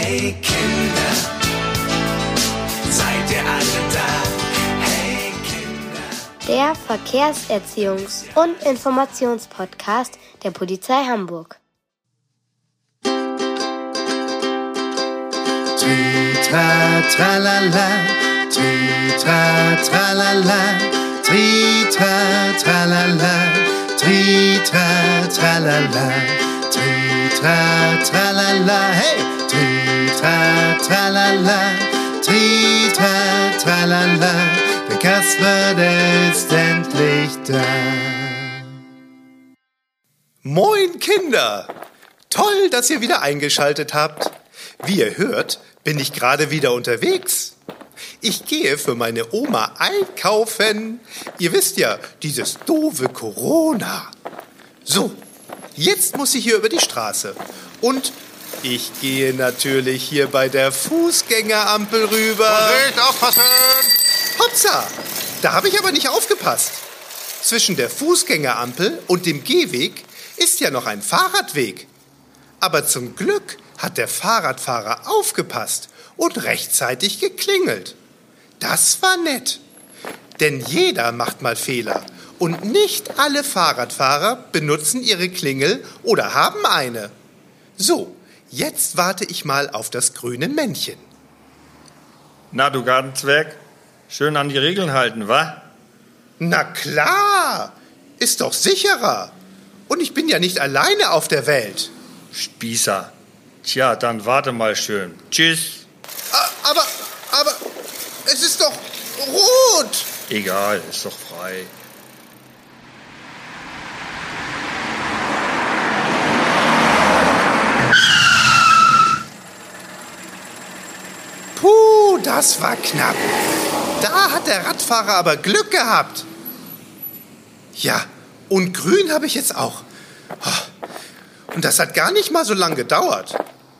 Hey Kinder, seid ihr alle da? Hey Kinder. Der Verkehrserziehungs- und Informationspodcast der Polizei Hamburg. Tritra tralala, tritra tralala, tritra tralala, tritra tralala, tritra tralala, hey, tritra tralala, tritra tralala, der Kasper, der ist endlich da. Moin Kinder! Toll, dass ihr wieder eingeschaltet habt. Wie ihr hört, bin ich gerade wieder unterwegs. Ich gehe für meine Oma einkaufen. Ihr wisst ja, dieses doofe Corona. So, jetzt muss ich hier über die Straße. Und ich gehe natürlich hier bei der Fußgängerampel rüber. Vorsicht, aufpassen! Hopsa, da habe ich aber nicht aufgepasst. Zwischen der Fußgängerampel und dem Gehweg ist ja noch ein Fahrradweg. Aber zum Glück hat der Fahrradfahrer aufgepasst und rechtzeitig geklingelt. Das war nett. Denn jeder macht mal Fehler. Und nicht alle Fahrradfahrer benutzen ihre Klingel oder haben eine. So, jetzt warte ich mal auf das grüne Männchen. Na, du Gartenzwerg, schön an die Regeln halten, wa? Na klar, ist doch sicherer. Und ich bin ja nicht alleine auf der Welt. Spießer. Tja, dann warte mal schön. Tschüss. Aber, es ist doch rot. Egal, ist doch frei. Puh, das war knapp. Da hat der Radfahrer aber Glück gehabt. Ja, und grün habe ich jetzt auch. Und das hat gar nicht mal so lange gedauert.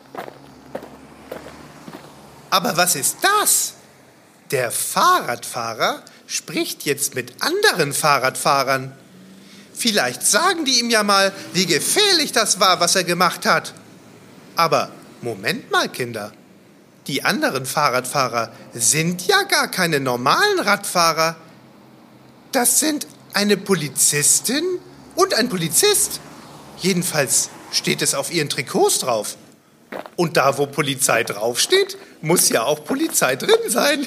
Aber was ist das? Der Fahrradfahrer spricht jetzt mit anderen Fahrradfahrern. Vielleicht sagen die ihm ja mal, wie gefährlich das war, was er gemacht hat. Aber Moment mal, Kinder. Die anderen Fahrradfahrer sind ja gar keine normalen Radfahrer. Das sind eine Polizistin und ein Polizist. Jedenfalls steht es auf ihren Trikots drauf. Und da, wo Polizei draufsteht, muss ja auch Polizei drin sein.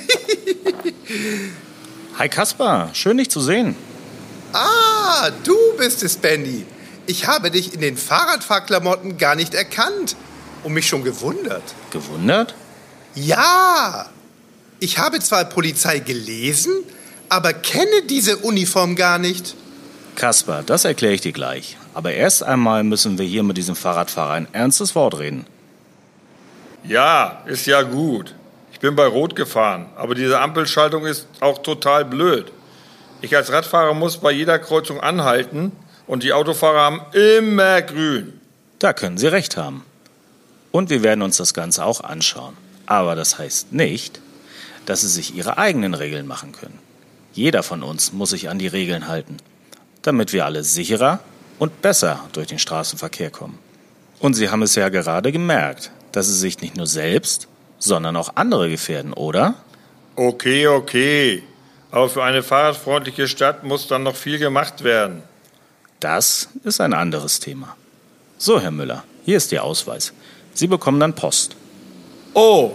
Hi Kasper, schön dich zu sehen. Ah, du bist es, Benny. Ich habe dich in den Fahrradfahrklamotten gar nicht erkannt und mich schon gewundert. Gewundert? Ja, ich habe zwar Polizei gelesen, aber kenne diese Uniform gar nicht. Kasper, das erkläre ich dir gleich. Aber erst einmal müssen wir hier mit diesem Fahrradfahrer ein ernstes Wort reden. Ja, ist ja gut. Ich bin bei Rot gefahren, aber diese Ampelschaltung ist auch total blöd. Ich als Radfahrer muss bei jeder Kreuzung anhalten und die Autofahrer haben immer grün. Da können Sie recht haben. Und wir werden uns das Ganze auch anschauen. Aber das heißt nicht, dass Sie sich Ihre eigenen Regeln machen können. Jeder von uns muss sich an die Regeln halten, damit wir alle sicherer und besser durch den Straßenverkehr kommen. Und Sie haben es ja gerade gemerkt, dass Sie sich nicht nur selbst, sondern auch andere gefährden, oder? Okay. Aber für eine fahrradfreundliche Stadt muss dann noch viel gemacht werden. Das ist ein anderes Thema. So, Herr Müller, hier ist Ihr Ausweis. Sie bekommen dann Post. Oh,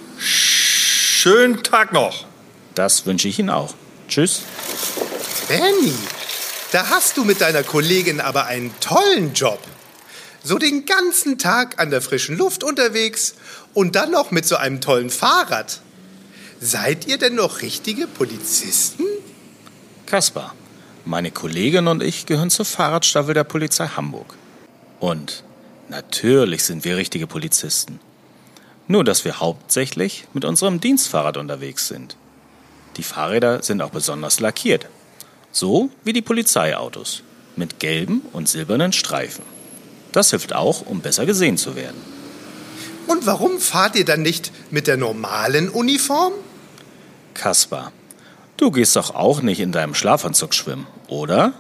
schönen Tag noch. Das wünsche ich Ihnen auch. Tschüss. Benny, da hast du mit deiner Kollegin aber einen tollen Job. So den ganzen Tag an der frischen Luft unterwegs und dann noch mit so einem tollen Fahrrad. Seid ihr denn noch richtige Polizisten? Kasper, meine Kollegin und ich gehören zur Fahrradstaffel der Polizei Hamburg. Und natürlich sind wir richtige Polizisten. Nur, dass wir hauptsächlich mit unserem Dienstfahrrad unterwegs sind. Die Fahrräder sind auch besonders lackiert. So wie die Polizeiautos. Mit gelben und silbernen Streifen. Das hilft auch, um besser gesehen zu werden. Und warum fahrt ihr dann nicht mit der normalen Uniform? Kasper, du gehst doch auch nicht in deinem Schlafanzug schwimmen, oder?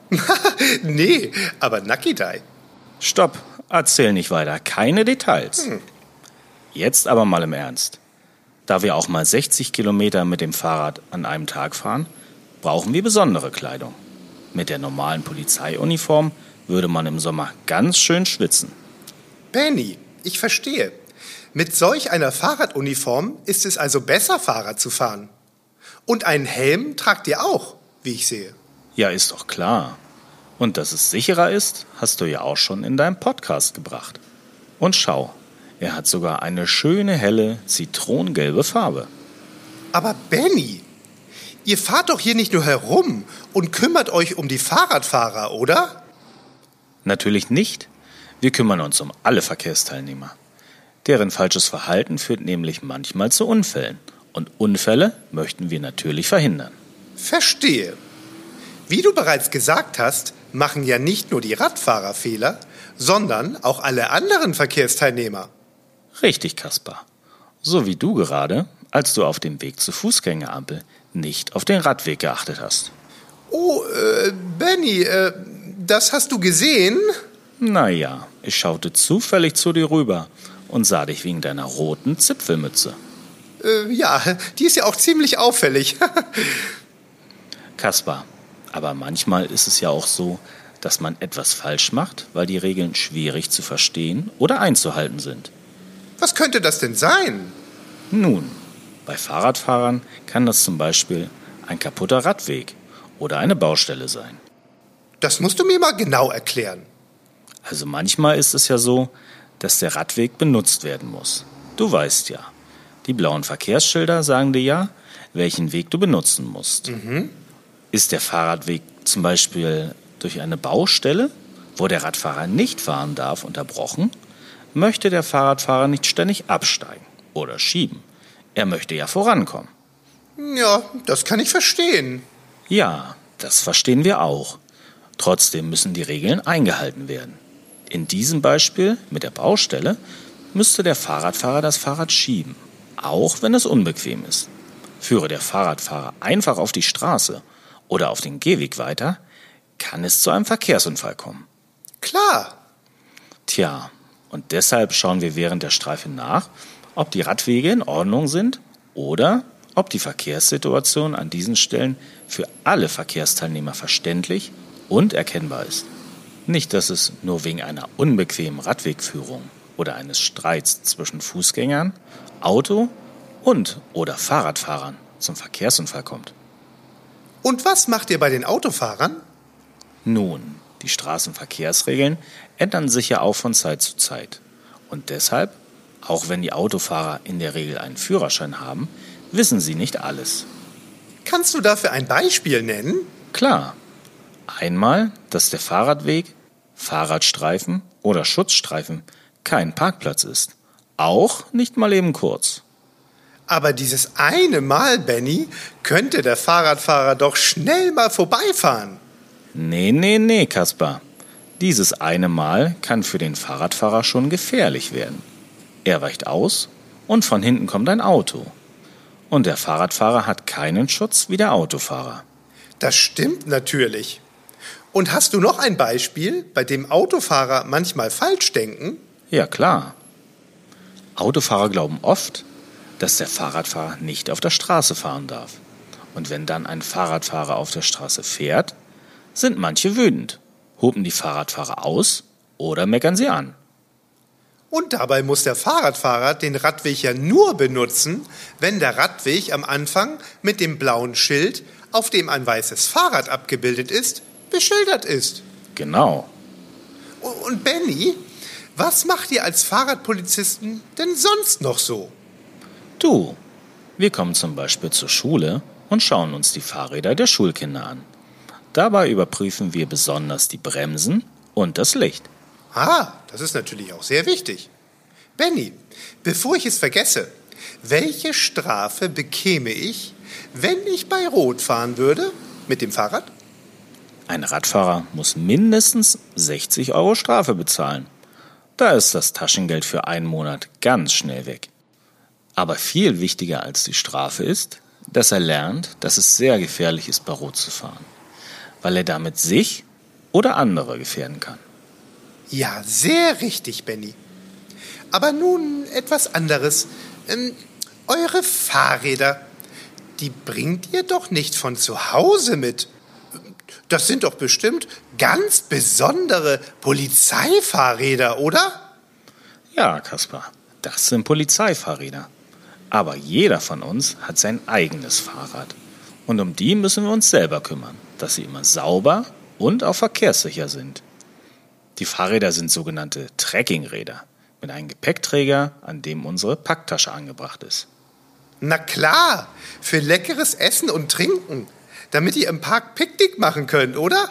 Nee, aber Nakidai. Stopp, erzähl nicht weiter. Keine Details. Jetzt aber mal im Ernst. Da wir auch mal 60 Kilometer mit dem Fahrrad an einem Tag fahren, brauchen wir besondere Kleidung. Mit der normalen Polizeiuniform würde man im Sommer ganz schön schwitzen. Benny, ich verstehe. Mit solch einer Fahrraduniform ist es also besser, Fahrrad zu fahren. Und einen Helm tragt ihr auch, wie ich sehe. Ja, ist doch klar. Und dass es sicherer ist, hast du ja auch schon in deinem Podcast gebracht. Und schau, er hat sogar eine schöne, helle, zitronengelbe Farbe. Aber Benny, ihr fahrt doch hier nicht nur herum und kümmert euch um die Fahrradfahrer, oder? Natürlich nicht. Wir kümmern uns um alle Verkehrsteilnehmer. Deren falsches Verhalten führt nämlich manchmal zu Unfällen. Und Unfälle möchten wir natürlich verhindern. Verstehe. Wie du bereits gesagt hast, machen ja nicht nur die Radfahrer Fehler, sondern auch alle anderen Verkehrsteilnehmer. Richtig, Kaspar. So wie du gerade, als du auf dem Weg zur Fußgängerampel nicht auf den Radweg geachtet hast. Oh, Benny, das hast du gesehen? Naja, ich schaute zufällig zu dir rüber und sah dich wegen deiner roten Zipfelmütze. Ja, die ist ja auch ziemlich auffällig. Kaspar, aber manchmal ist es ja auch so, dass man etwas falsch macht, weil die Regeln schwierig zu verstehen oder einzuhalten sind. Was könnte das denn sein? Nun, bei Fahrradfahrern kann das zum Beispiel ein kaputter Radweg oder eine Baustelle sein. Das musst du mir mal genau erklären. Also manchmal ist es ja so, dass der Radweg benutzt werden muss. Du weißt ja, die blauen Verkehrsschilder sagen dir ja, welchen Weg du benutzen musst. Ist der Fahrradweg zum Beispiel durch eine Baustelle, wo der Radfahrer nicht fahren darf, unterbrochen, möchte der Fahrradfahrer nicht ständig absteigen oder schieben. Er möchte ja vorankommen. Ja, das kann ich verstehen. Ja, das verstehen wir auch. Trotzdem müssen die Regeln eingehalten werden. In diesem Beispiel mit der Baustelle müsste der Fahrradfahrer das Fahrrad schieben, auch wenn es unbequem ist. Führe der Fahrradfahrer einfach auf die Straße oder auf den Gehweg weiter, kann es zu einem Verkehrsunfall kommen. Klar. Tja, und deshalb schauen wir während der Streife nach, ob die Radwege in Ordnung sind oder ob die Verkehrssituation an diesen Stellen für alle Verkehrsteilnehmer verständlich und erkennbar ist. Nicht, dass es nur wegen einer unbequemen Radwegführung oder eines Streits zwischen Fußgängern, Auto- und oder Fahrradfahrern zum Verkehrsunfall kommt. Und was macht ihr bei den Autofahrern? Nun, die Straßenverkehrsregeln ändern sich ja auch von Zeit zu Zeit. Und deshalb, auch wenn die Autofahrer in der Regel einen Führerschein haben, wissen sie nicht alles. Kannst du dafür ein Beispiel nennen? Klar. Einmal, dass der Fahrradweg, Fahrradstreifen oder Schutzstreifen kein Parkplatz ist. Auch nicht mal eben kurz. Aber dieses eine Mal, Benny, könnte der Fahrradfahrer doch schnell mal vorbeifahren. Nee, Kaspar. Dieses eine Mal kann für den Fahrradfahrer schon gefährlich werden. Er weicht aus und von hinten kommt ein Auto. Und der Fahrradfahrer hat keinen Schutz wie der Autofahrer. Das stimmt natürlich. Und hast du noch ein Beispiel, bei dem Autofahrer manchmal falsch denken? Ja, klar. Autofahrer glauben oft, dass der Fahrradfahrer nicht auf der Straße fahren darf. Und wenn dann ein Fahrradfahrer auf der Straße fährt, sind manche wütend, hupen die Fahrradfahrer aus oder meckern sie an. Und dabei muss der Fahrradfahrer den Radweg ja nur benutzen, wenn der Radweg am Anfang mit dem blauen Schild, auf dem ein weißes Fahrrad abgebildet ist, beschildert ist. Genau. Und Benny, was macht ihr als Fahrradpolizisten denn sonst noch so? Du, wir kommen zum Beispiel zur Schule und schauen uns die Fahrräder der Schulkinder an. Dabei überprüfen wir besonders die Bremsen und das Licht. Ah, das ist natürlich auch sehr wichtig. Benny, bevor ich es vergesse, welche Strafe bekäme ich, wenn ich bei Rot fahren würde mit dem Fahrrad? Ein Radfahrer muss mindestens 60 € Strafe bezahlen. Da ist das Taschengeld für einen Monat ganz schnell weg. Aber viel wichtiger als die Strafe ist, dass er lernt, dass es sehr gefährlich ist, bei Rot zu fahren, weil er damit sich oder andere gefährden kann. Ja, sehr richtig, Benny. Aber nun etwas anderes. Eure Fahrräder, die bringt ihr doch nicht von zu Hause mit. Das sind doch bestimmt ganz besondere Polizeifahrräder, oder? Ja, Kaspar, das sind Polizeifahrräder. Aber jeder von uns hat sein eigenes Fahrrad. Und um die müssen wir uns selber kümmern, dass sie immer sauber und auch verkehrssicher sind. Die Fahrräder sind sogenannte Trekkingräder mit einem Gepäckträger, an dem unsere Packtasche angebracht ist. Na klar, für leckeres Essen und Trinken, damit ihr im Park Picknick machen könnt, oder?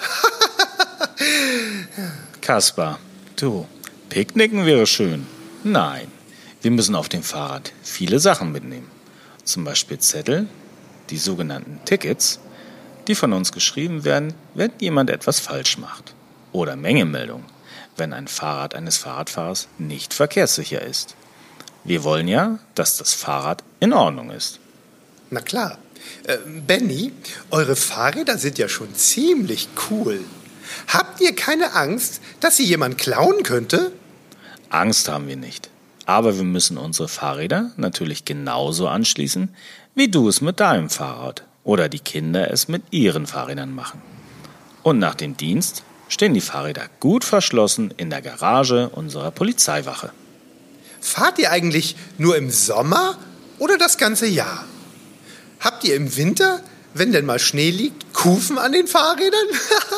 Kaspar, du, Picknicken wäre schön. Nein, wir müssen auf dem Fahrrad viele Sachen mitnehmen. Zum Beispiel Zettel, die sogenannten Tickets, die von uns geschrieben werden, wenn jemand etwas falsch macht. Oder Mengemeldung, wenn ein Fahrrad eines Fahrradfahrers nicht verkehrssicher ist. Wir wollen ja, dass das Fahrrad in Ordnung ist. Na klar. Benny, eure Fahrräder sind ja schon ziemlich cool. Habt ihr keine Angst, dass sie jemand klauen könnte? Angst haben wir nicht. Aber wir müssen unsere Fahrräder natürlich genauso anschließen, wie du es mit deinem Fahrrad oder die Kinder es mit ihren Fahrrädern machen. Und nach dem Dienst stehen die Fahrräder gut verschlossen in der Garage unserer Polizeiwache. Fahrt ihr eigentlich nur im Sommer oder das ganze Jahr? Habt ihr im Winter, wenn denn mal Schnee liegt, Kufen an den Fahrrädern?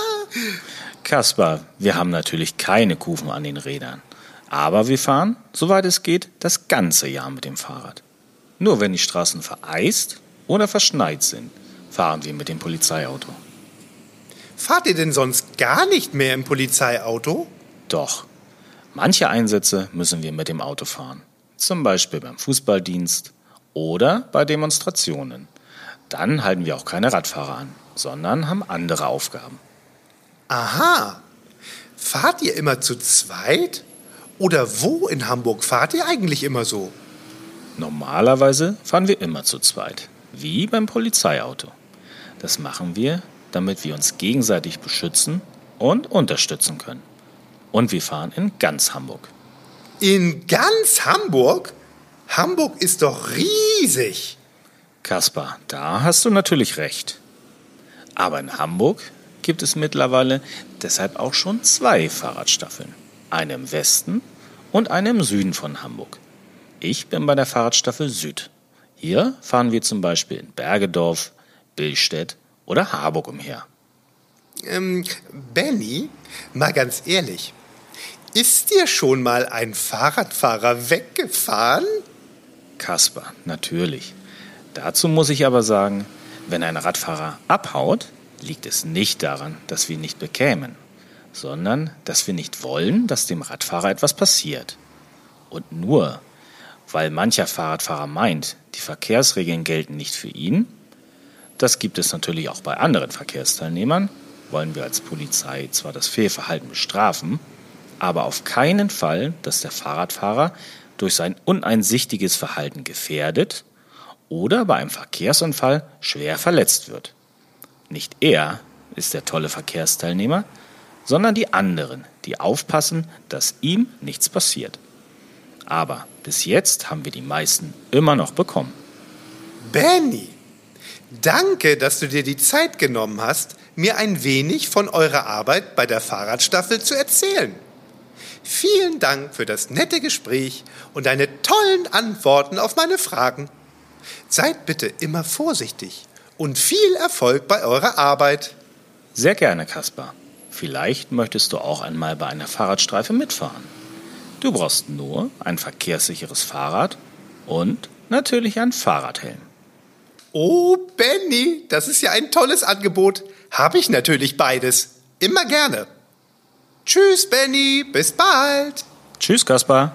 Kaspar, wir haben natürlich keine Kufen an den Rädern. Aber wir fahren, soweit es geht, das ganze Jahr mit dem Fahrrad. Nur wenn die Straßen vereist oder verschneit sind, fahren wir mit dem Polizeiauto. Fahrt ihr denn sonst gar nicht mehr im Polizeiauto? Doch, manche Einsätze müssen wir mit dem Auto fahren. Zum Beispiel beim Fußballdienst oder bei Demonstrationen. Dann halten wir auch keine Radfahrer an, sondern haben andere Aufgaben. Aha. Fahrt ihr immer zu zweit? Oder wo in Hamburg fahrt ihr eigentlich immer so? Normalerweise fahren wir immer zu zweit, wie beim Polizeiauto. Das machen wir, damit wir uns gegenseitig beschützen und unterstützen können. Und wir fahren in ganz Hamburg. In ganz Hamburg? Hamburg ist doch riesig. Kaspar, da hast du natürlich recht. Aber in Hamburg gibt es mittlerweile deshalb auch schon 2 Fahrradstaffeln. Eine im Westen und eine im Süden von Hamburg. Ich bin bei der Fahrradstaffel Süd. Hier fahren wir zum Beispiel in Bergedorf, Billstedt oder Harburg umher. Benny, mal ganz ehrlich, ist dir schon mal ein Fahrradfahrer weggefahren? Kaspar, natürlich. Dazu muss ich aber sagen, wenn ein Radfahrer abhaut, liegt es nicht daran, dass wir ihn nicht bekämen, sondern dass wir nicht wollen, dass dem Radfahrer etwas passiert. Und nur, weil mancher Fahrradfahrer meint, die Verkehrsregeln gelten nicht für ihn, das gibt es natürlich auch bei anderen Verkehrsteilnehmern, wollen wir als Polizei zwar das Fehlverhalten bestrafen, aber auf keinen Fall, dass der Fahrradfahrer durch sein uneinsichtiges Verhalten gefährdet oder bei einem Verkehrsunfall schwer verletzt wird. Nicht er ist der tolle Verkehrsteilnehmer, sondern die anderen, die aufpassen, dass ihm nichts passiert. Aber bis jetzt haben wir die meisten immer noch bekommen. Benny, danke, dass du dir die Zeit genommen hast, mir ein wenig von eurer Arbeit bei der Fahrradstaffel zu erzählen. Vielen Dank für das nette Gespräch und deine tollen Antworten auf meine Fragen. Seid bitte immer vorsichtig und viel Erfolg bei eurer Arbeit. Sehr gerne, Kaspar. Vielleicht möchtest du auch einmal bei einer Fahrradstreife mitfahren. Du brauchst nur ein verkehrssicheres Fahrrad und natürlich einen Fahrradhelm. Oh, Benny, das ist ja ein tolles Angebot. Habe ich natürlich beides. Immer gerne. Tschüss, Benny. Bis bald. Tschüss, Kaspar.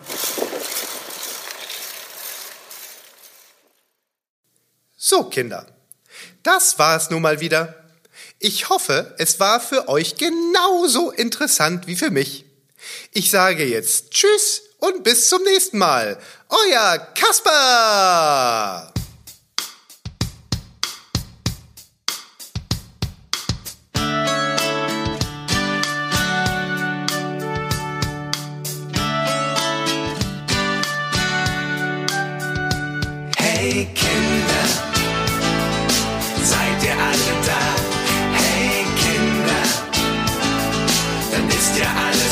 So, Kinder. Das war es nun mal wieder. Ich hoffe, es war für euch genauso interessant wie für mich. Ich sage jetzt Tschüss und bis zum nächsten Mal. Euer Kasper! wisst ihr alle.